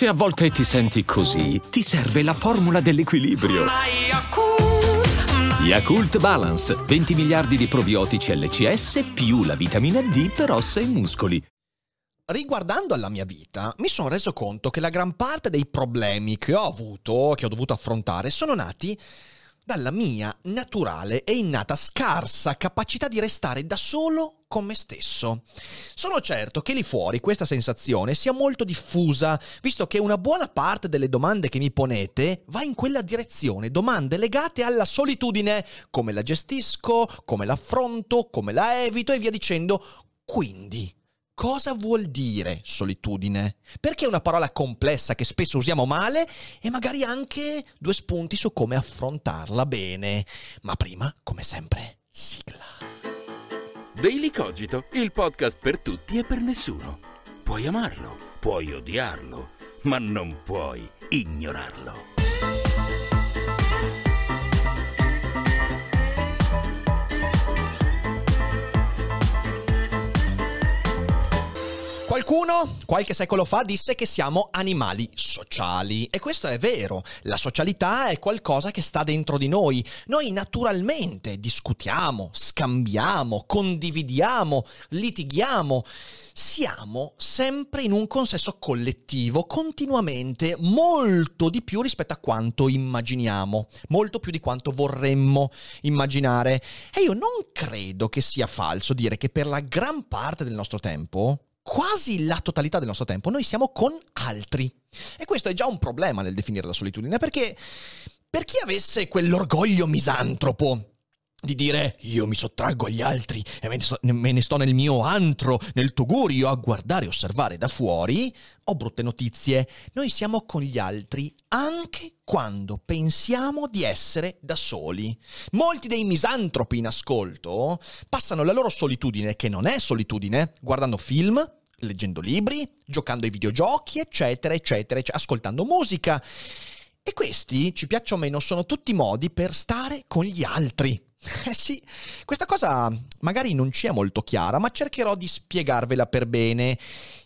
Se a volte ti senti così, ti serve la formula dell'equilibrio. Yakult Balance, 20 miliardi di probiotici LCS più la vitamina D per ossa e muscoli. Riguardando alla mia vita, mi sono reso conto che la gran parte dei problemi che ho avuto, che ho dovuto affrontare, sono nati dalla mia naturale e innata scarsa capacità di restare da solo con me stesso. Sono certo che lì fuori questa sensazione sia molto diffusa, visto che una buona parte delle domande che mi ponete va in quella direzione, domande legate alla solitudine, come la gestisco, come l'affronto, come la evito e via dicendo. Quindi, cosa vuol dire solitudine? Perché è una parola complessa che spesso usiamo male e magari anche 2 spunti su come affrontarla bene. Ma prima, come sempre, sigla. Daily Cogito, il podcast per tutti e per nessuno. Puoi amarlo, puoi odiarlo, ma non puoi ignorarlo. Qualcuno, qualche secolo fa, disse che siamo animali sociali. E questo è vero. La socialità è qualcosa che sta dentro di noi. Noi naturalmente discutiamo, scambiamo, condividiamo, litighiamo. Siamo sempre in un consesso collettivo, continuamente, molto di più rispetto a quanto immaginiamo, molto più di quanto vorremmo immaginare. E io non credo che sia falso dire che per la gran parte del nostro tempo, quasi la totalità del nostro tempo, noi siamo con altri. E questo è già un problema nel definire la solitudine, perché per chi avesse quell'orgoglio misantropo di dire io mi sottraggo agli altri e me ne sto nel mio antro, nel tugurio a guardare e osservare da fuori, ho brutte notizie. Noi siamo con gli altri anche quando pensiamo di essere da soli. Molti dei misantropi in ascolto passano la loro solitudine, che non è solitudine, guardando film, leggendo libri, giocando ai videogiochi, eccetera, eccetera, ascoltando musica. E questi, ci piaccia o meno, sono tutti modi per stare con gli altri. Sì, questa cosa magari non ci è molto chiara, ma cercherò di spiegarvela per bene.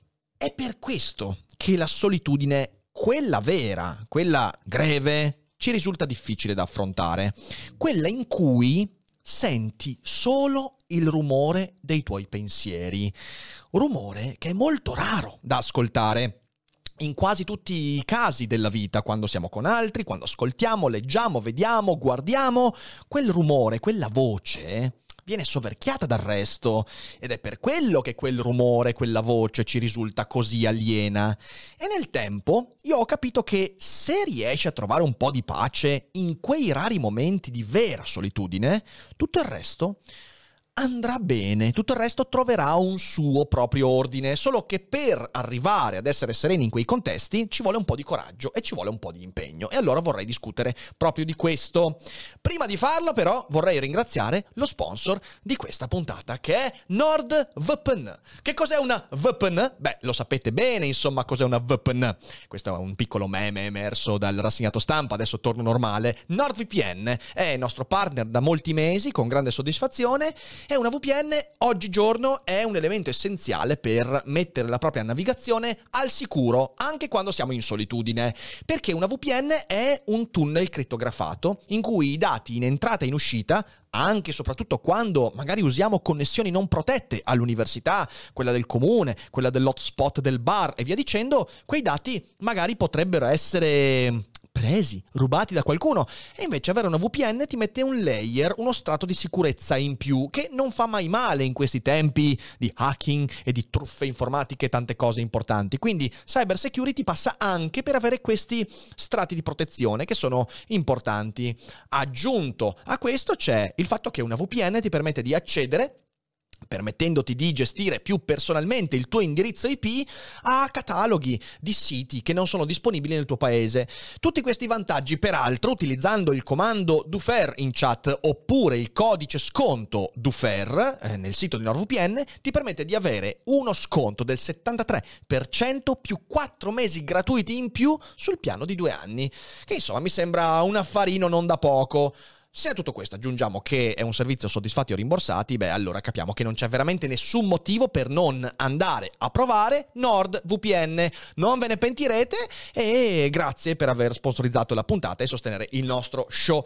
È per questo che la solitudine, quella vera, quella greve, ci risulta difficile da affrontare. Quella in cui senti solo il rumore dei tuoi pensieri. Rumore che è molto raro da ascoltare in quasi tutti i casi della vita, quando siamo con altri, quando ascoltiamo, leggiamo, vediamo, guardiamo, quel rumore, quella voce viene soverchiata dal resto ed è per quello che quel rumore, quella voce ci risulta così aliena. E nel tempo io ho capito che se riesci a trovare un po' di pace in quei rari momenti di vera solitudine, tutto il resto andrà bene, tutto il resto troverà un suo proprio ordine, solo che per arrivare ad essere sereni in quei contesti ci vuole un po' di coraggio e ci vuole un po' di impegno. E allora vorrei discutere proprio di questo. Prima di farlo però vorrei ringraziare lo sponsor di questa puntata, che è NordVPN. Che cos'è una VPN? Beh, lo sapete bene insomma cos'è una VPN. Questo è un piccolo meme emerso dal rassegnato stampa, adesso torno normale. NordVPN è il nostro partner da molti mesi, con grande soddisfazione. E una VPN oggigiorno è un elemento essenziale per mettere la propria navigazione al sicuro, anche quando siamo in solitudine, perché una VPN è un tunnel crittografato in cui i dati in entrata e in uscita, anche e soprattutto quando magari usiamo connessioni non protette all'università, quella del comune, quella dell'hotspot del bar e via dicendo, quei dati magari potrebbero essere presi, rubati da qualcuno, e invece avere una VPN ti mette un layer, uno strato di sicurezza in più, che non fa mai male in questi tempi di hacking e di truffe informatiche e tante cose importanti. Quindi cyber security passa anche per avere questi strati di protezione che sono importanti. Aggiunto a questo c'è il fatto che una VPN ti permette di accedere, permettendoti di gestire più personalmente il tuo indirizzo IP, a cataloghi di siti che non sono disponibili nel tuo paese. Tutti questi vantaggi, peraltro, utilizzando il comando Dufer in chat oppure il codice sconto Dufer nel sito di NordVPN, ti permette di avere uno sconto del 73% più 4 mesi gratuiti in più sul piano di 2 anni, che insomma mi sembra un affarino non da poco. Se a tutto questo aggiungiamo che è un servizio soddisfatti o rimborsati, allora capiamo che non c'è veramente nessun motivo per non andare a provare NordVPN. Non ve ne pentirete e grazie per aver sponsorizzato la puntata e sostenere il nostro show.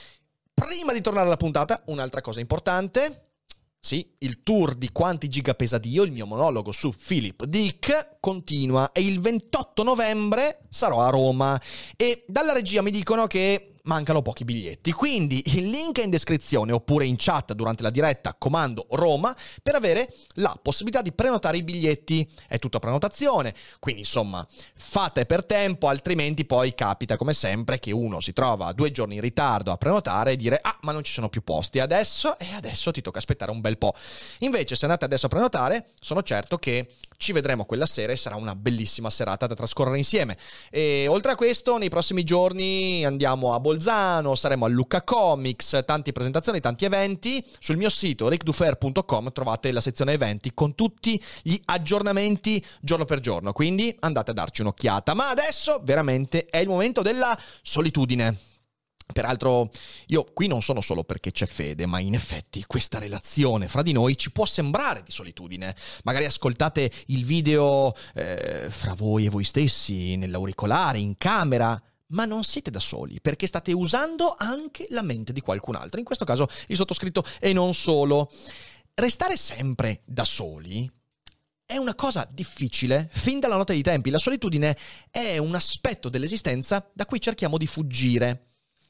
Prima di tornare alla puntata, un'altra cosa importante. Sì, il tour di Quanti giga pesa Dio, il mio monologo su Philip Dick, continua e il 28 novembre sarò a Roma e dalla regia mi dicono che mancano pochi biglietti, quindi il link è in descrizione oppure in chat durante la diretta comando Roma per avere la possibilità di prenotare i biglietti. È tutto a prenotazione, quindi insomma fate per tempo, altrimenti poi capita come sempre che uno si trova 2 giorni in ritardo a prenotare e dire ma non ci sono più posti adesso ti tocca aspettare un bel po'. Invece se andate adesso a prenotare sono certo che ci vedremo quella sera e sarà una bellissima serata da trascorrere insieme. E oltre a questo nei prossimi giorni andiamo a Bolzano, saremo al Lucca Comics, tante presentazioni, tanti eventi. Sul mio sito ricdufer.com trovate la sezione eventi con tutti gli aggiornamenti giorno per giorno, quindi andate a darci un'occhiata. Ma adesso veramente è il momento della solitudine. Peraltro io qui non sono solo perché c'è Fede, ma in effetti questa relazione fra di noi ci può sembrare di solitudine. Magari ascoltate il video fra voi e voi stessi, nell'auricolare, in camera, ma non siete da soli, perché state usando anche la mente di qualcun altro, in questo caso il sottoscritto e non solo. Restare sempre da soli è una cosa difficile fin dalla notte dei tempi. La solitudine è un aspetto dell'esistenza da cui cerchiamo di fuggire.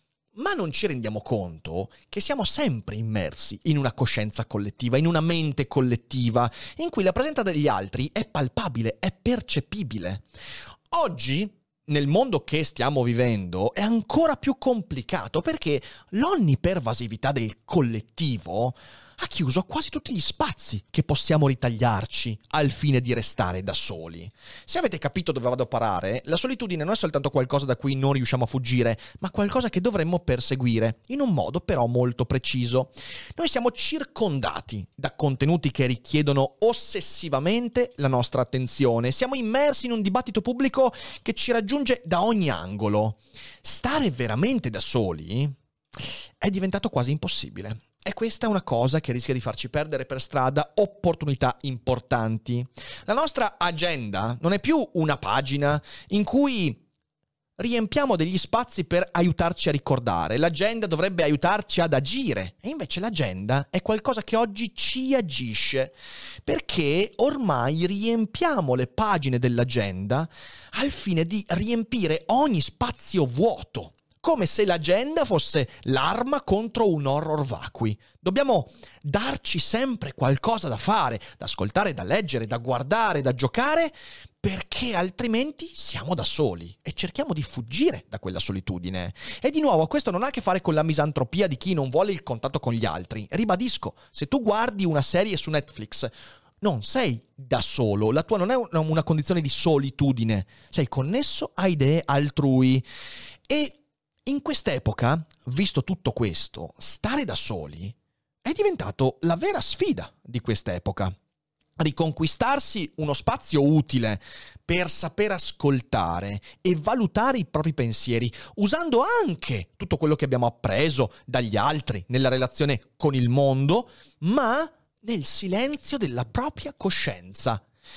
Ma non ci rendiamo conto che siamo sempre immersi in una coscienza collettiva, in una mente collettiva, in cui la presenza degli altri è palpabile, è percepibile. Oggi, nel mondo che stiamo vivendo, è ancora più complicato perché l'onnipervasività del collettivo ha chiuso quasi tutti gli spazi che possiamo ritagliarci al fine di restare da soli. Se avete capito dove vado a parare, la solitudine non è soltanto qualcosa da cui non riusciamo a fuggire, ma qualcosa che dovremmo perseguire, in un modo però molto preciso. Noi siamo circondati da contenuti che richiedono ossessivamente la nostra attenzione. Siamo immersi in un dibattito pubblico che ci raggiunge da ogni angolo. Stare veramente da soli è diventato quasi impossibile. E questa è una cosa che rischia di farci perdere per strada opportunità importanti. La nostra agenda non è più una pagina in cui riempiamo degli spazi per aiutarci a ricordare. L'agenda dovrebbe aiutarci ad agire. E invece l'agenda è qualcosa che oggi ci agisce. Perché ormai riempiamo le pagine dell'agenda al fine di riempire ogni spazio vuoto. Come se l'agenda fosse l'arma contro un horror vacui. Dobbiamo darci sempre qualcosa da fare, da ascoltare, da leggere, da guardare, da giocare, perché altrimenti siamo da soli e cerchiamo di fuggire da quella solitudine. E di nuovo, questo non ha a che fare con la misantropia di chi non vuole il contatto con gli altri. Ribadisco, se tu guardi una serie su Netflix, non sei da solo, la tua non è una condizione di solitudine, sei connesso a idee altrui. E in quest'epoca, visto tutto questo, stare da soli è diventato la vera sfida di quest'epoca. Riconquistarsi uno spazio utile per saper ascoltare e valutare i propri pensieri, usando anche tutto quello che abbiamo appreso dagli altri nella relazione con il mondo, ma nel silenzio della propria coscienza.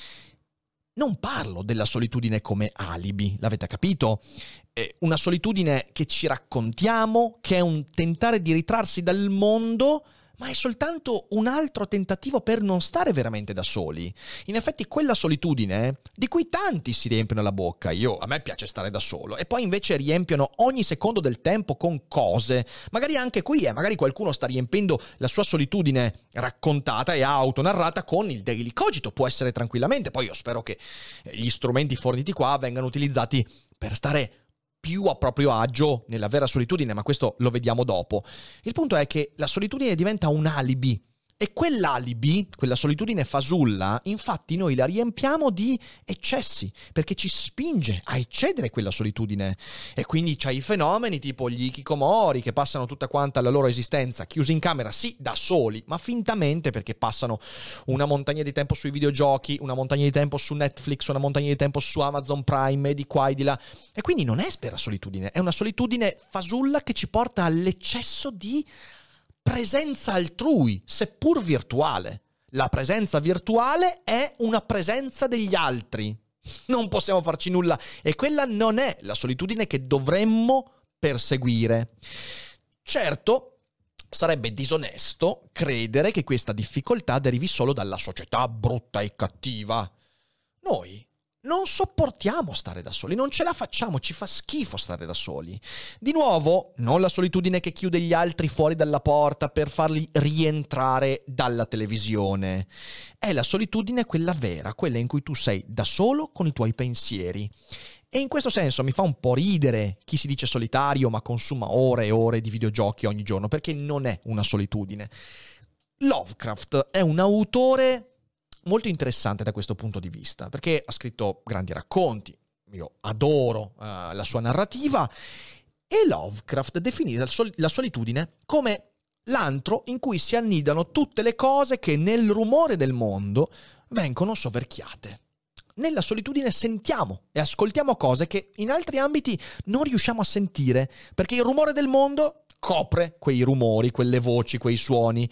Non parlo della solitudine come alibi, l'avete capito? È una solitudine che ci raccontiamo, che è un tentare di ritrarsi dal mondo, ma è soltanto un altro tentativo per non stare veramente da soli. In effetti quella solitudine di cui tanti si riempiono la bocca, a me piace stare da solo, e poi invece riempiono ogni secondo del tempo con cose. Magari anche qui, magari qualcuno sta riempendo la sua solitudine raccontata e autonarrata con il Daily Cogito, può essere tranquillamente. Poi io spero che gli strumenti forniti qua vengano utilizzati per stare più a proprio agio nella vera solitudine, ma questo lo vediamo dopo. Il punto è che la solitudine diventa un alibi E quell'alibi, quella solitudine fasulla, infatti noi la riempiamo di eccessi, perché ci spinge a eccedere quella solitudine. E quindi c'hai i fenomeni tipo gli hikikomori che passano tutta quanta la loro esistenza chiusi in camera, sì, da soli, ma fintamente, perché passano una montagna di tempo sui videogiochi, una montagna di tempo su Netflix, una montagna di tempo su Amazon Prime, e di qua e di là. E quindi non è vera solitudine, è una solitudine fasulla che ci porta all'eccesso di presenza altrui, seppur virtuale. La presenza virtuale è una presenza degli altri. Non possiamo farci nulla e quella non è la solitudine che dovremmo perseguire. Certo, sarebbe disonesto credere che questa difficoltà derivi solo dalla società brutta e cattiva. Noi non sopportiamo stare da soli, non ce la facciamo, ci fa schifo stare da soli. Di nuovo, non la solitudine che chiude gli altri fuori dalla porta per farli rientrare dalla televisione. È la solitudine quella vera, quella in cui tu sei da solo con i tuoi pensieri. E in questo senso mi fa un po' ridere chi si dice solitario ma consuma ore e ore di videogiochi ogni giorno, perché non è una solitudine. Lovecraft è un autore molto interessante da questo punto di vista, perché ha scritto grandi racconti, io adoro la sua narrativa, e Lovecraft definì la solitudine come l'antro in cui si annidano tutte le cose che nel rumore del mondo vengono soverchiate. Nella solitudine sentiamo e ascoltiamo cose che in altri ambiti non riusciamo a sentire, perché il rumore del mondo copre quei rumori, quelle voci, quei suoni.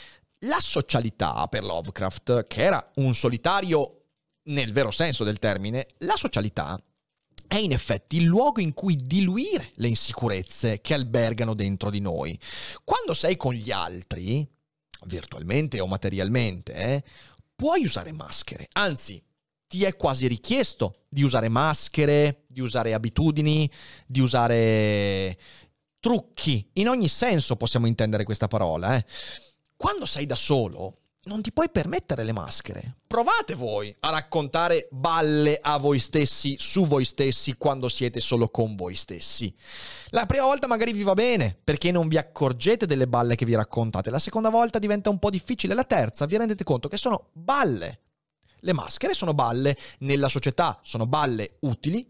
La socialità per Lovecraft, che era un solitario nel vero senso del termine, la socialità è in effetti il luogo in cui diluire le insicurezze che albergano dentro di noi. Quando sei con gli altri, virtualmente o materialmente, puoi usare maschere, anzi, ti è quasi richiesto di usare maschere, di usare abitudini, di usare trucchi. In ogni senso possiamo intendere questa parola, Quando sei da solo, non ti puoi permettere le maschere. Provate voi a raccontare balle a voi stessi, su voi stessi, quando siete solo con voi stessi. La prima volta magari vi va bene, perché non vi accorgete delle balle che vi raccontate. La seconda volta diventa un po' difficile. La terza vi rendete conto che sono balle. Le maschere sono balle nella società, sono balle utili.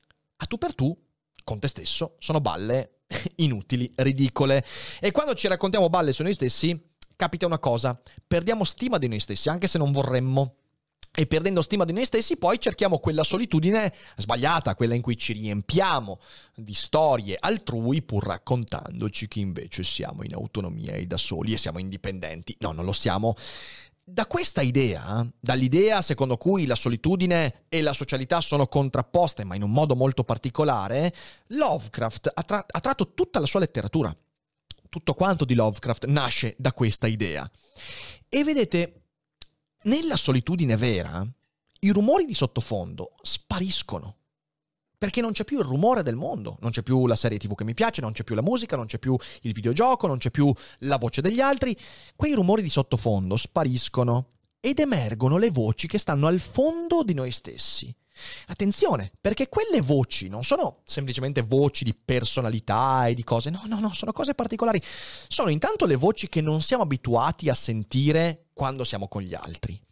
A tu per tu, con te stesso, sono balle inutili, ridicole. E quando ci raccontiamo balle su noi stessi, capita una cosa, perdiamo stima di noi stessi, anche se non vorremmo. E perdendo stima di noi stessi, poi cerchiamo quella solitudine sbagliata, quella in cui ci riempiamo di storie altrui, pur raccontandoci che invece siamo in autonomia e da soli e siamo indipendenti. No, non lo siamo. Da questa idea, dall'idea secondo cui la solitudine e la socialità sono contrapposte, ma in un modo molto particolare, Lovecraft ha tratto tutta la sua letteratura. Tutto quanto di Lovecraft nasce da questa idea. E vedete, nella solitudine vera, i rumori di sottofondo spariscono. Perché non c'è più il rumore del mondo, non c'è più la serie TV che mi piace, non c'è più la musica, non c'è più il videogioco, non c'è più la voce degli altri. Quei rumori di sottofondo spariscono ed emergono le voci che stanno al fondo di noi stessi. Attenzione, perché quelle voci non sono semplicemente voci di personalità e di cose, no, sono cose particolari. Sono intanto le voci che non siamo abituati a sentire quando siamo con gli altri.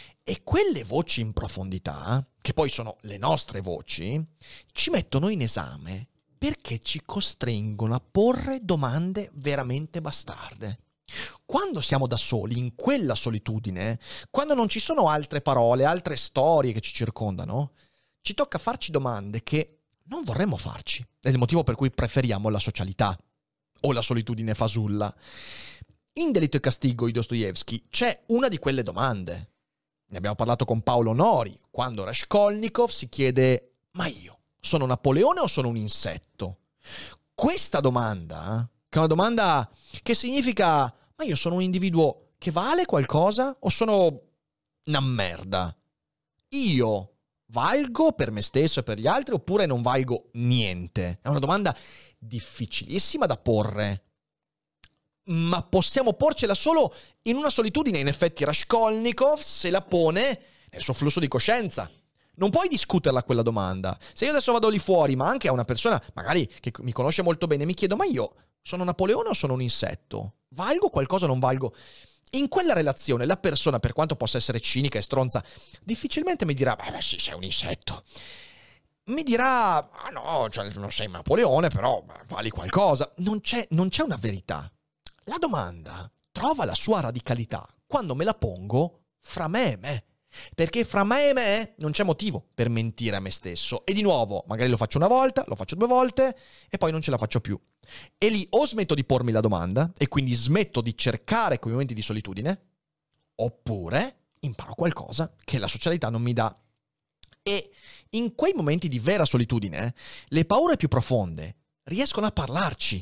E quelle voci in profondità, che poi sono le nostre voci, ci mettono in esame perché ci costringono a porre domande veramente bastarde. Quando siamo da soli, in quella solitudine, quando non ci sono altre parole, altre storie che ci circondano, ci tocca farci domande che non vorremmo farci. È il motivo per cui preferiamo la socialità o la solitudine fasulla. In Delitto e Castigo di Dostoevskij c'è una di quelle domande. Ne abbiamo parlato con Paolo Nori, quando Raskolnikov si chiede: ma io sono Napoleone o sono un insetto? Questa domanda, che è una domanda che significa: ma io sono un individuo che vale qualcosa o sono una merda? Io valgo per me stesso e per gli altri oppure non valgo niente? È una domanda difficilissima da porre, ma possiamo porcela solo in una solitudine. In effetti Raskolnikov se la pone nel suo flusso di coscienza. Non puoi discuterla quella domanda. Se io adesso vado lì fuori, ma anche a una persona magari che mi conosce molto bene, mi chiedo: ma io sono Napoleone o sono un insetto? Valgo qualcosa o non valgo? In quella relazione la persona, per quanto possa essere cinica e stronza, difficilmente mi dirà beh sì, sei un insetto. Mi dirà ah no, cioè, non sei Napoleone, però vali qualcosa. Non c'è una verità. La domanda trova la sua radicalità quando me la pongo fra me e me. Perché fra me e me non c'è motivo per mentire a me stesso. E di nuovo, magari lo faccio una volta, lo faccio 2 volte e poi non ce la faccio più. E lì o smetto di pormi la domanda e quindi smetto di cercare quei momenti di solitudine, oppure imparo qualcosa che la socialità non mi dà. E in quei momenti di vera solitudine, le paure più profonde riescono a parlarci.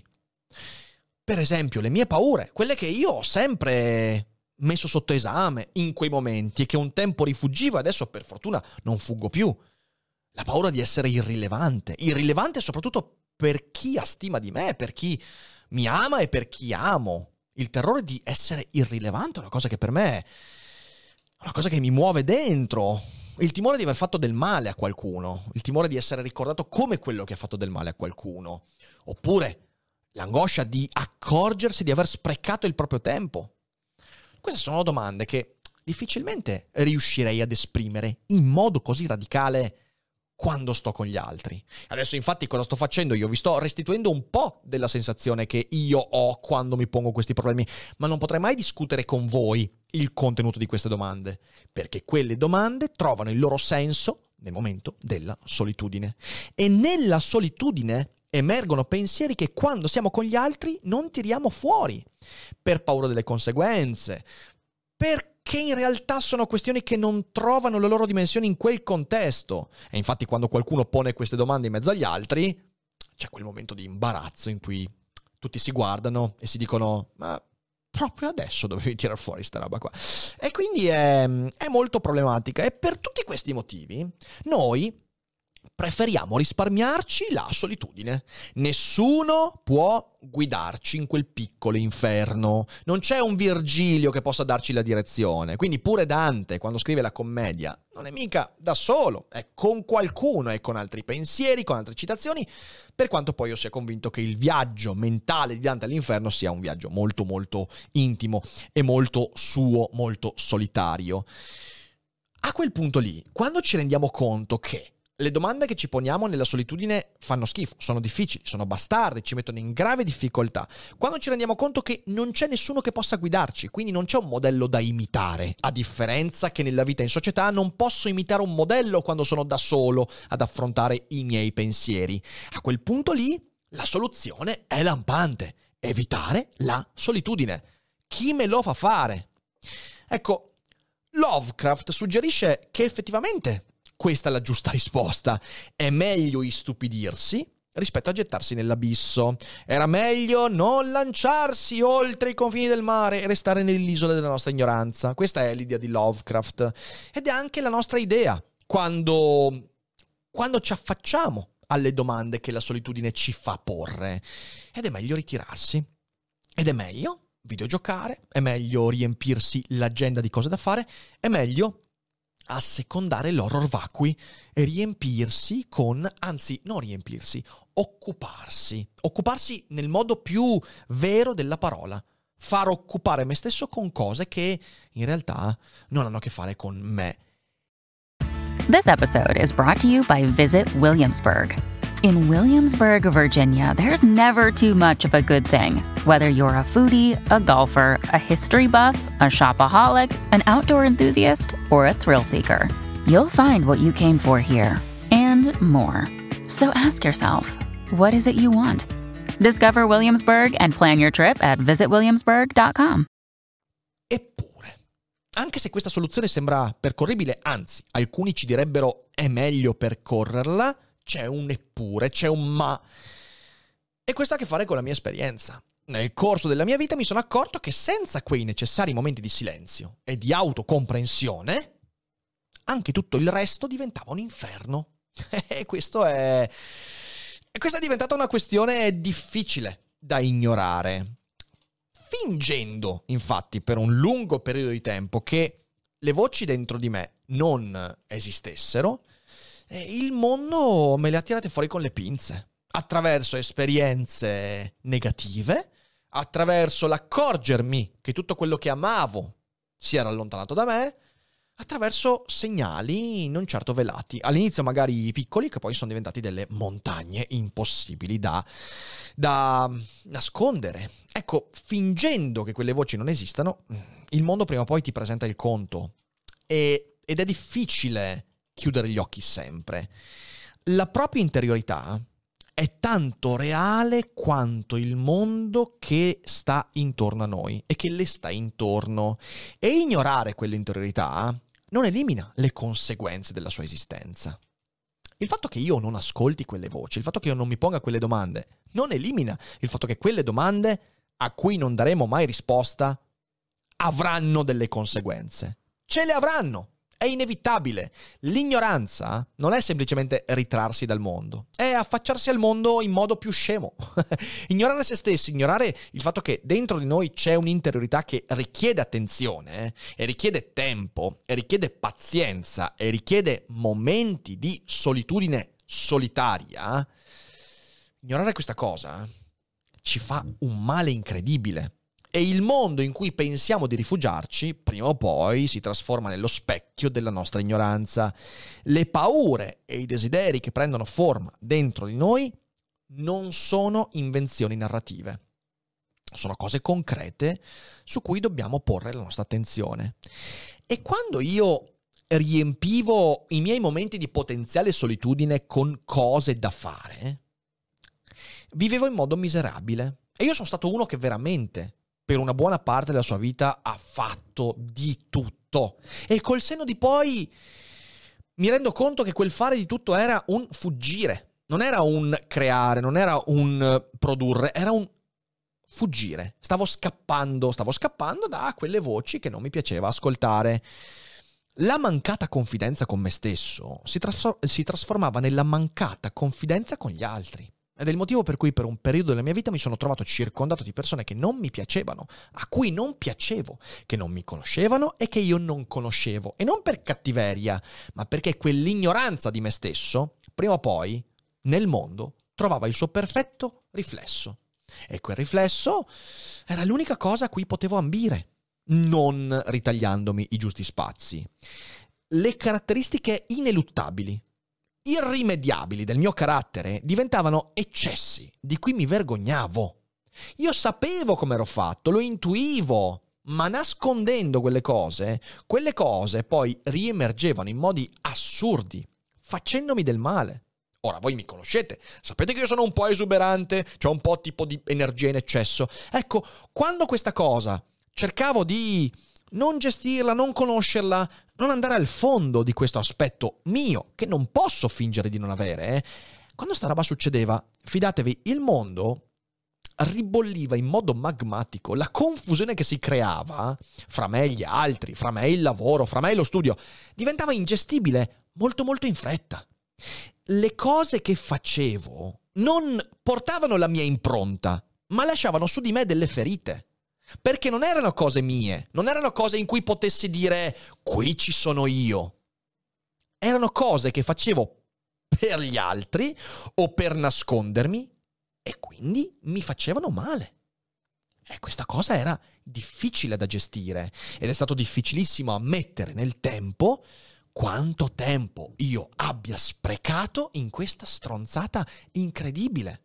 Per esempio, le mie paure, quelle che io ho sempre messo sotto esame in quei momenti e che un tempo rifuggivo e adesso per fortuna non fuggo più. La paura di essere irrilevante soprattutto per chi ha stima di me, per chi mi ama e per chi amo. Il terrore di essere irrilevante è una cosa che per me è una cosa che mi muove dentro. Il timore di aver fatto del male a qualcuno, il timore di essere ricordato come quello che ha fatto del male a qualcuno, oppure l'angoscia di accorgersi di aver sprecato il proprio tempo. Queste sono domande che difficilmente riuscirei ad esprimere in modo così radicale quando sto con gli altri. Adesso infatti cosa sto facendo? Io vi sto restituendo un po' della sensazione che io ho quando mi pongo questi problemi, ma non potrei mai discutere con voi il contenuto di queste domande, perché quelle domande trovano il loro senso nel momento della solitudine. E nella solitudine emergono pensieri che quando siamo con gli altri non tiriamo fuori, per paura delle conseguenze, perché in realtà sono questioni che non trovano le loro dimensioni in quel contesto. E infatti quando qualcuno pone queste domande in mezzo agli altri, c'è quel momento di imbarazzo in cui tutti si guardano e si dicono ma proprio adesso dovevi tirar fuori sta roba qua. E quindi è molto problematica e per tutti questi motivi noi preferiamo risparmiarci la solitudine. Nessuno può guidarci in quel piccolo inferno. Non c'è un Virgilio che possa darci la direzione. Quindi pure Dante, quando scrive la commedia, non è mica da solo, è con qualcuno, è con altri pensieri, con altre citazioni, per quanto poi io sia convinto che il viaggio mentale di Dante all'inferno sia un viaggio molto molto intimo e molto suo, molto solitario. A quel punto lì, quando ci rendiamo conto che le domande che ci poniamo nella solitudine fanno schifo, sono difficili, sono bastarde, ci mettono in grave difficoltà. Quando ci rendiamo conto che non c'è nessuno che possa guidarci, quindi non c'è un modello da imitare, a differenza che nella vita in società non posso imitare un modello quando sono da solo ad affrontare i miei pensieri. A quel punto lì la soluzione è lampante: evitare la solitudine. Chi me lo fa fare? Ecco, Lovecraft suggerisce che effettivamente questa è la giusta risposta. È meglio istupidirsi rispetto a gettarsi nell'abisso. Era meglio non lanciarsi oltre i confini del mare e restare nell'isola della nostra ignoranza. Questa è l'idea di Lovecraft. Ed è anche la nostra idea quando ci affacciamo alle domande che la solitudine ci fa porre. Ed è meglio ritirarsi. Ed è meglio videogiocare. È meglio riempirsi l'agenda di cose da fare. È meglio assecondare l'horror vacui e riempirsi con, anzi non riempirsi, occuparsi nel modo più vero della parola, far occupare me stesso con cose che in realtà non hanno a che fare con me. This episode is brought to you by Visit Williamsburg. In Williamsburg, Virginia, there's never too much of a good thing. Whether you're a foodie, a golfer, a history buff, a shopaholic, an outdoor enthusiast, or a thrill seeker, you'll find what you came for here and more. So ask yourself, what is it you want? Discover Williamsburg and plan your trip at visitwilliamsburg.com. Eppure, anche se questa soluzione sembra percorribile, anzi, alcuni ci direbbero è meglio percorrerla, c'è un eppure, c'è un ma. E questo ha a che fare con la mia esperienza. Nel corso della mia vita mi sono accorto che senza quei necessari momenti di silenzio e di autocomprensione, anche tutto il resto diventava un inferno. E questa è diventata una questione difficile da ignorare. Fingendo, infatti, per un lungo periodo di tempo che le voci dentro di me non esistessero, il mondo me le ha tirate fuori con le pinze, attraverso esperienze negative, attraverso l'accorgermi che tutto quello che amavo si era allontanato da me, attraverso segnali non certo velati, all'inizio magari piccoli, che poi sono diventati delle montagne impossibili da nascondere. Ecco, fingendo che quelle voci non esistano, il mondo prima o poi ti presenta il conto ed è difficile chiudere gli occhi sempre. La propria interiorità è tanto reale quanto il mondo che sta intorno a noi e che le sta intorno, e ignorare quell'interiorità non elimina le conseguenze della sua esistenza. Il fatto che io non ascolti quelle voci, il fatto che io non mi ponga quelle domande, non elimina il fatto che quelle domande a cui non daremo mai risposta avranno delle conseguenze. Ce le avranno! È inevitabile. L'ignoranza non è semplicemente ritrarsi dal mondo, è affacciarsi al mondo in modo più scemo. Ignorare se stessi, ignorare il fatto che dentro di noi c'è un'interiorità che richiede attenzione, e richiede tempo, e richiede pazienza, e richiede momenti di solitudine solitaria. Ignorare questa cosa ci fa un male incredibile. E il mondo in cui pensiamo di rifugiarci, prima o poi, si trasforma nello specchio della nostra ignoranza. Le paure e i desideri che prendono forma dentro di noi non sono invenzioni narrative. Sono cose concrete su cui dobbiamo porre la nostra attenzione. E quando io riempivo i miei momenti di potenziale solitudine con cose da fare, vivevo in modo miserabile. E io sono stato uno che veramente, per una buona parte della sua vita, ha fatto di tutto. E col senno di poi mi rendo conto che quel fare di tutto era un fuggire. Non era un creare, non era un produrre, era un fuggire. Stavo scappando da quelle voci che non mi piaceva ascoltare. La mancata confidenza con me stesso si trasformava nella mancata confidenza con gli altri. Ed è il motivo per cui per un periodo della mia vita mi sono trovato circondato di persone che non mi piacevano, a cui non piacevo, che non mi conoscevano e che io non conoscevo. E non per cattiveria, ma perché quell'ignoranza di me stesso, prima o poi, nel mondo, trovava il suo perfetto riflesso. E quel riflesso era l'unica cosa a cui potevo ambire, non ritagliandomi i giusti spazi. Le caratteristiche ineluttabili, irrimediabili del mio carattere diventavano eccessi di cui mi vergognavo. Io sapevo come ero fatto, lo intuivo, ma nascondendo quelle cose poi riemergevano in modi assurdi, facendomi del male. Ora, voi mi conoscete, sapete che io sono un po' esuberante, c'ho un po' tipo di energia in eccesso. Ecco, quando questa cosa cercavo di non gestirla, non conoscerla, non andare al fondo di questo aspetto mio, che non posso fingere di non avere, quando sta roba succedeva, fidatevi, il mondo ribolliva in modo magmatico. La confusione che si creava fra me e gli altri, fra me e il lavoro, fra me e lo studio, diventava ingestibile molto molto in fretta. Le cose che facevo non portavano la mia impronta, ma lasciavano su di me delle ferite. Perché non erano cose mie, non erano cose in cui potessi dire qui ci sono io. Erano cose che facevo per gli altri o per nascondermi e quindi mi facevano male. E questa cosa era difficile da gestire ed è stato difficilissimo ammettere nel tempo quanto tempo io abbia sprecato in questa stronzata incredibile.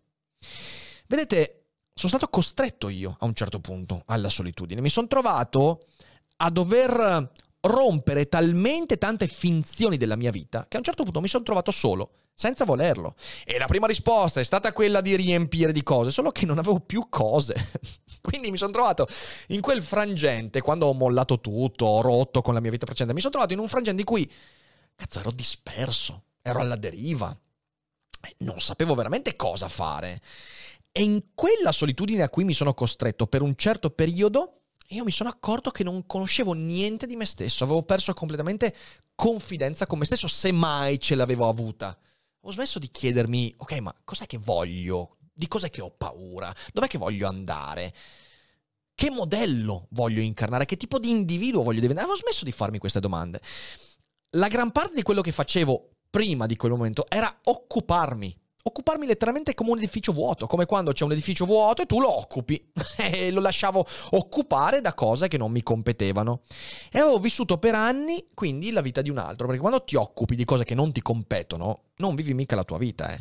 Vedete, sono stato costretto io a un certo punto alla solitudine. Mi sono trovato a dover rompere talmente tante finzioni della mia vita che a un certo punto mi sono trovato solo, senza volerlo. E la prima risposta è stata quella di riempire di cose, solo che non avevo più cose. Quindi mi sono trovato in quel frangente, quando ho mollato tutto, ho rotto con la mia vita precedente, mi sono trovato in un frangente in cui, cazzo, ero disperso, ero alla deriva, non sapevo veramente cosa fare. E in quella solitudine a cui mi sono costretto per un certo periodo, io mi sono accorto che non conoscevo niente di me stesso, avevo perso completamente confidenza con me stesso, se mai ce l'avevo avuta. Ho smesso di chiedermi, ok, ma cos'è che voglio? Di cos'è che ho paura? Dov'è che voglio andare? Che modello voglio incarnare? Che tipo di individuo voglio diventare? Avevo smesso di farmi queste domande. La gran parte di quello che facevo prima di quel momento era occuparmi Occuparmi letteralmente come un edificio vuoto, come quando c'è un edificio vuoto e tu lo occupi. E lo lasciavo occupare da cose che non mi competevano. E avevo vissuto per anni, quindi, la vita di un altro, perché quando ti occupi di cose che non ti competono, non vivi mica la tua vita,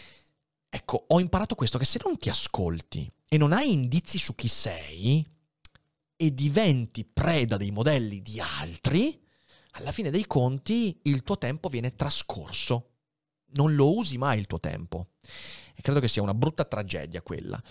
Ecco, ho imparato questo, che se non ti ascolti e non hai indizi su chi sei e diventi preda dei modelli di altri, alla fine dei conti il tuo tempo viene trascorso. Non lo usi mai il tuo tempo. E credo che sia una brutta tragedia quella.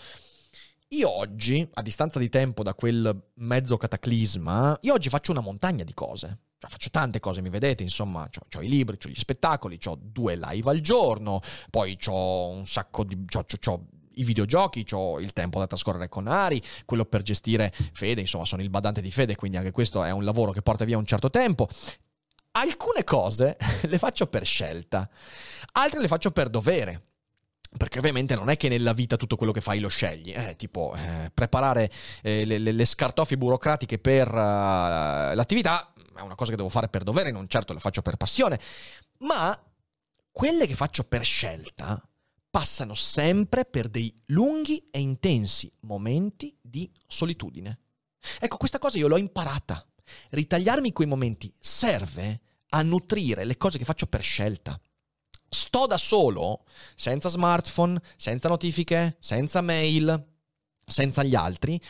Io oggi, a distanza di tempo da quel mezzo cataclisma, io oggi faccio una montagna di cose. Cioè, faccio tante cose, mi vedete, insomma, c'ho i libri, c'ho gli spettacoli, c'ho 2 live al giorno, poi c'ho un sacco di... c'ho i videogiochi, c'ho il tempo da trascorrere con Ari, quello per gestire Fede, insomma, sono il badante di Fede, quindi anche questo è un lavoro che porta via un certo tempo. Alcune cose le faccio per scelta, altre le faccio per dovere. Perché ovviamente non è che nella vita tutto quello che fai lo scegli, tipo preparare le scartoffie burocratiche per l'attività è una cosa che devo fare per dovere, non certo la faccio per passione, ma quelle che faccio per scelta passano sempre per dei lunghi e intensi momenti di solitudine. Ecco, questa cosa io l'ho imparata. Ritagliarmi quei momenti serve a nutrire le cose che faccio per scelta. Sto da solo, senza smartphone, senza notifiche, senza mail, senza gli altri,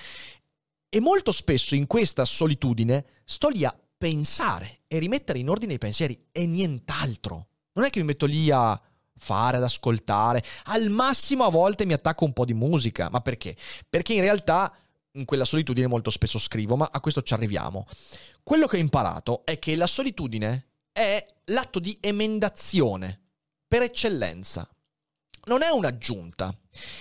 e molto spesso in questa solitudine sto lì a pensare e rimettere in ordine i pensieri e nient'altro. Non è che mi metto lì a fare, ad ascoltare, al massimo a volte mi attacco un po' di musica. Ma perché? Perché in realtà in quella solitudine molto spesso scrivo, ma a questo ci arriviamo. Quello che ho imparato è che la solitudine è l'atto di emendazione per eccellenza. Non è un'aggiunta.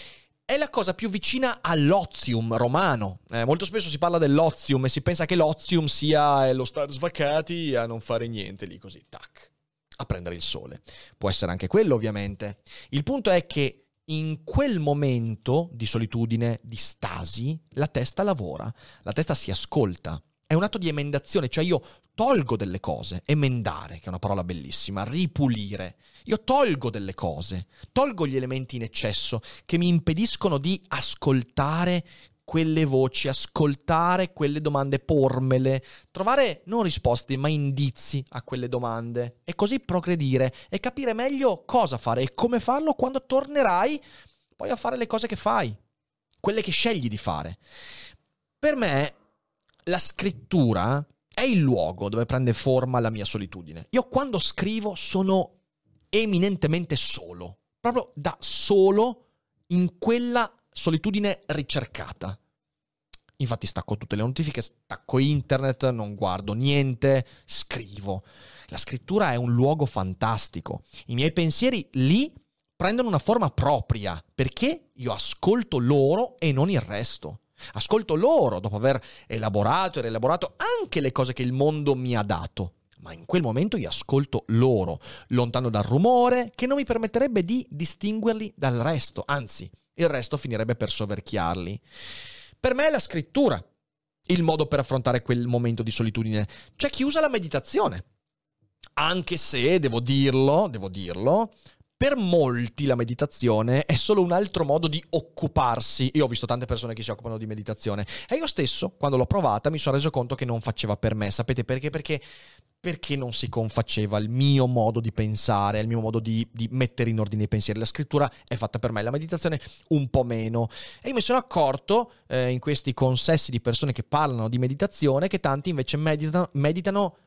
È la cosa più vicina all'ozium romano. Molto spesso si parla dell'ozium e si pensa che l'ozium sia lo stare svaccati a non fare niente lì così, tac, a prendere il sole. Può essere anche quello, ovviamente. Il punto è che in quel momento di solitudine, di stasi, la testa lavora, la testa si ascolta. È un atto di emendazione, cioè io tolgo delle cose, emendare, che è una parola bellissima, ripulire. Io tolgo delle cose, tolgo gli elementi in eccesso che mi impediscono di ascoltare quelle voci, ascoltare quelle domande, pormele, trovare non risposte ma indizi a quelle domande e così progredire e capire meglio cosa fare e come farlo quando tornerai poi a fare le cose che fai, quelle che scegli di fare. Per me la scrittura è il luogo dove prende forma la mia solitudine. Io quando scrivo sono eminentemente solo, proprio da solo in quella solitudine ricercata. Infatti stacco tutte le notifiche, stacco internet, non guardo niente, scrivo. La scrittura è un luogo fantastico. I miei pensieri lì prendono una forma propria, perché io ascolto loro e non il resto. Ascolto loro dopo aver elaborato e rielaborato anche le cose che il mondo mi ha dato. Ma in quel momento io ascolto loro, lontano dal rumore che non mi permetterebbe di distinguerli dal resto. Anzi, il resto finirebbe per soverchiarli. Per me è la scrittura il modo per affrontare quel momento di solitudine. C'è chi usa la meditazione. Anche se, devo dirlo, per molti la meditazione è solo un altro modo di occuparsi. Io ho visto tante persone che si occupano di meditazione e io stesso, quando l'ho provata, mi sono reso conto che non faceva per me. Sapete perché? Perché non si confaceva il mio modo di pensare, il mio modo di mettere in ordine i pensieri. La scrittura è fatta per me, la meditazione un po' meno. E io mi sono accorto, in questi consessi di persone che parlano di meditazione, che tanti invece meditano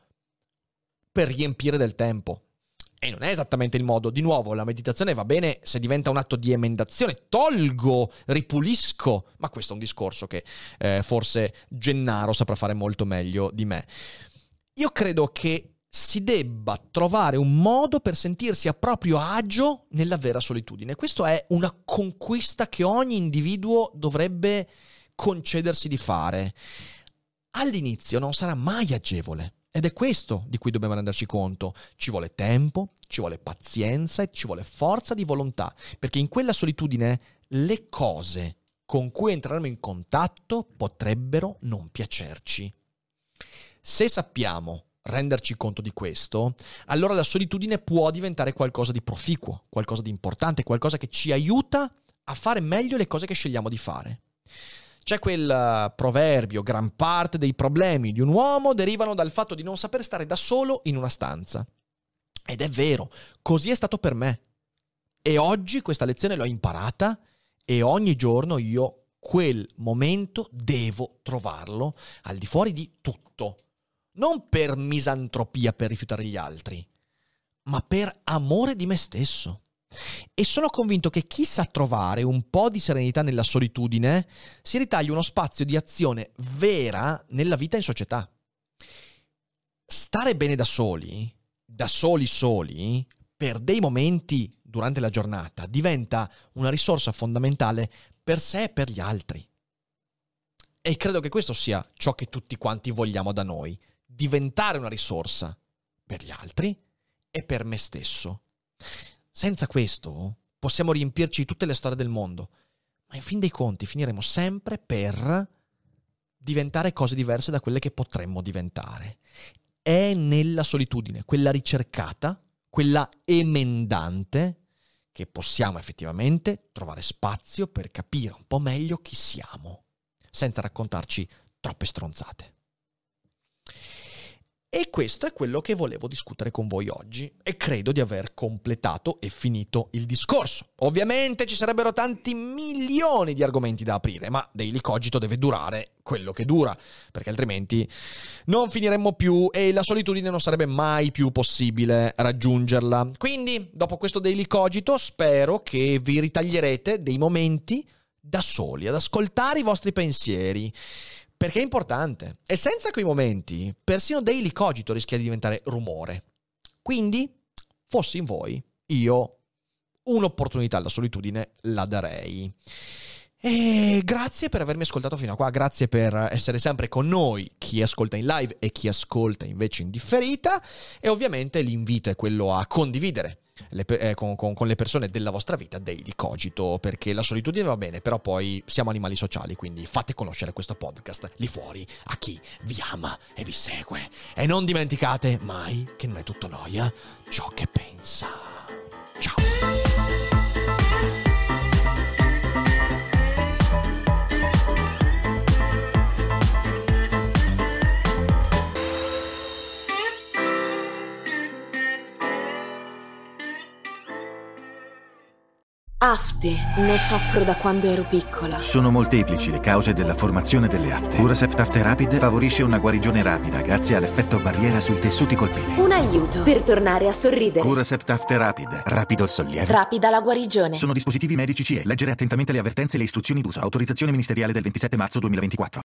per riempire del tempo. E non è esattamente il modo. Di nuovo, la meditazione va bene se diventa un atto di emendazione. Tolgo, ripulisco. Ma questo è un discorso che forse Gennaro saprà fare molto meglio di me. Io credo che si debba trovare un modo per sentirsi a proprio agio nella vera solitudine. Questa è una conquista che ogni individuo dovrebbe concedersi di fare. All'inizio non sarà mai agevole. Ed è questo di cui dobbiamo renderci conto. Ci vuole tempo, ci vuole pazienza e ci vuole forza di volontà, perché in quella solitudine le cose con cui entreremo in contatto potrebbero non piacerci. Se sappiamo renderci conto di questo, allora la solitudine può diventare qualcosa di proficuo, qualcosa di importante, qualcosa che ci aiuta a fare meglio le cose che scegliamo di fare. C'è quel proverbio: gran parte dei problemi di un uomo derivano dal fatto di non saper stare da solo in una stanza. Ed è vero, così è stato per me. E oggi questa lezione l'ho imparata e ogni giorno io quel momento devo trovarlo al di fuori di tutto. Non per misantropia, per rifiutare gli altri, ma per amore di me stesso. E sono convinto che chi sa trovare un po' di serenità nella solitudine si ritaglia uno spazio di azione vera nella vita in società. Stare bene da soli, per dei momenti durante la giornata, diventa una risorsa fondamentale per sé e per gli altri. E credo che questo sia ciò che tutti quanti vogliamo da noi: diventare una risorsa per gli altri e per me stesso. Senza questo possiamo riempirci tutte le storie del mondo, ma in fin dei conti finiremo sempre per diventare cose diverse da quelle che potremmo diventare. È nella solitudine, quella ricercata, quella emendante, che possiamo effettivamente trovare spazio per capire un po' meglio chi siamo, senza raccontarci troppe stronzate. E questo è quello che volevo discutere con voi oggi e credo di aver completato e finito il discorso. Ovviamente ci sarebbero tanti milioni di argomenti da aprire, ma Daily Cogito deve durare quello che dura, perché altrimenti non finiremmo più e la solitudine non sarebbe mai più possibile raggiungerla. Quindi, dopo questo Daily Cogito, spero che vi ritaglierete dei momenti da soli, ad ascoltare i vostri pensieri, perché è importante. E senza quei momenti, persino Daily Cogito rischia di diventare rumore. Quindi, fossi in voi, io un'opportunità alla solitudine la darei. E grazie per avermi ascoltato fino a qua, grazie per essere sempre con noi, chi ascolta in live e chi ascolta invece in differita. E ovviamente l'invito è quello a condividere con le persone della vostra vita Daily Cogito, perché la solitudine va bene, però poi siamo animali sociali, quindi fate conoscere questo podcast lì fuori a chi vi ama e vi segue. E non dimenticate mai che non è tutto noia ciò che pensa. Ciao! Afte, ne soffro da quando ero piccola. Sono molteplici le cause della formazione delle afte. Curacept Afte Rapid favorisce una guarigione rapida grazie all'effetto barriera sui tessuti colpiti. Un aiuto per tornare a sorridere. Curacept Afte Rapid, rapido il sollievo, rapida la guarigione. Sono dispositivi medici CE. Leggere attentamente le avvertenze e le istruzioni d'uso. Autorizzazione ministeriale del 27 marzo 2024.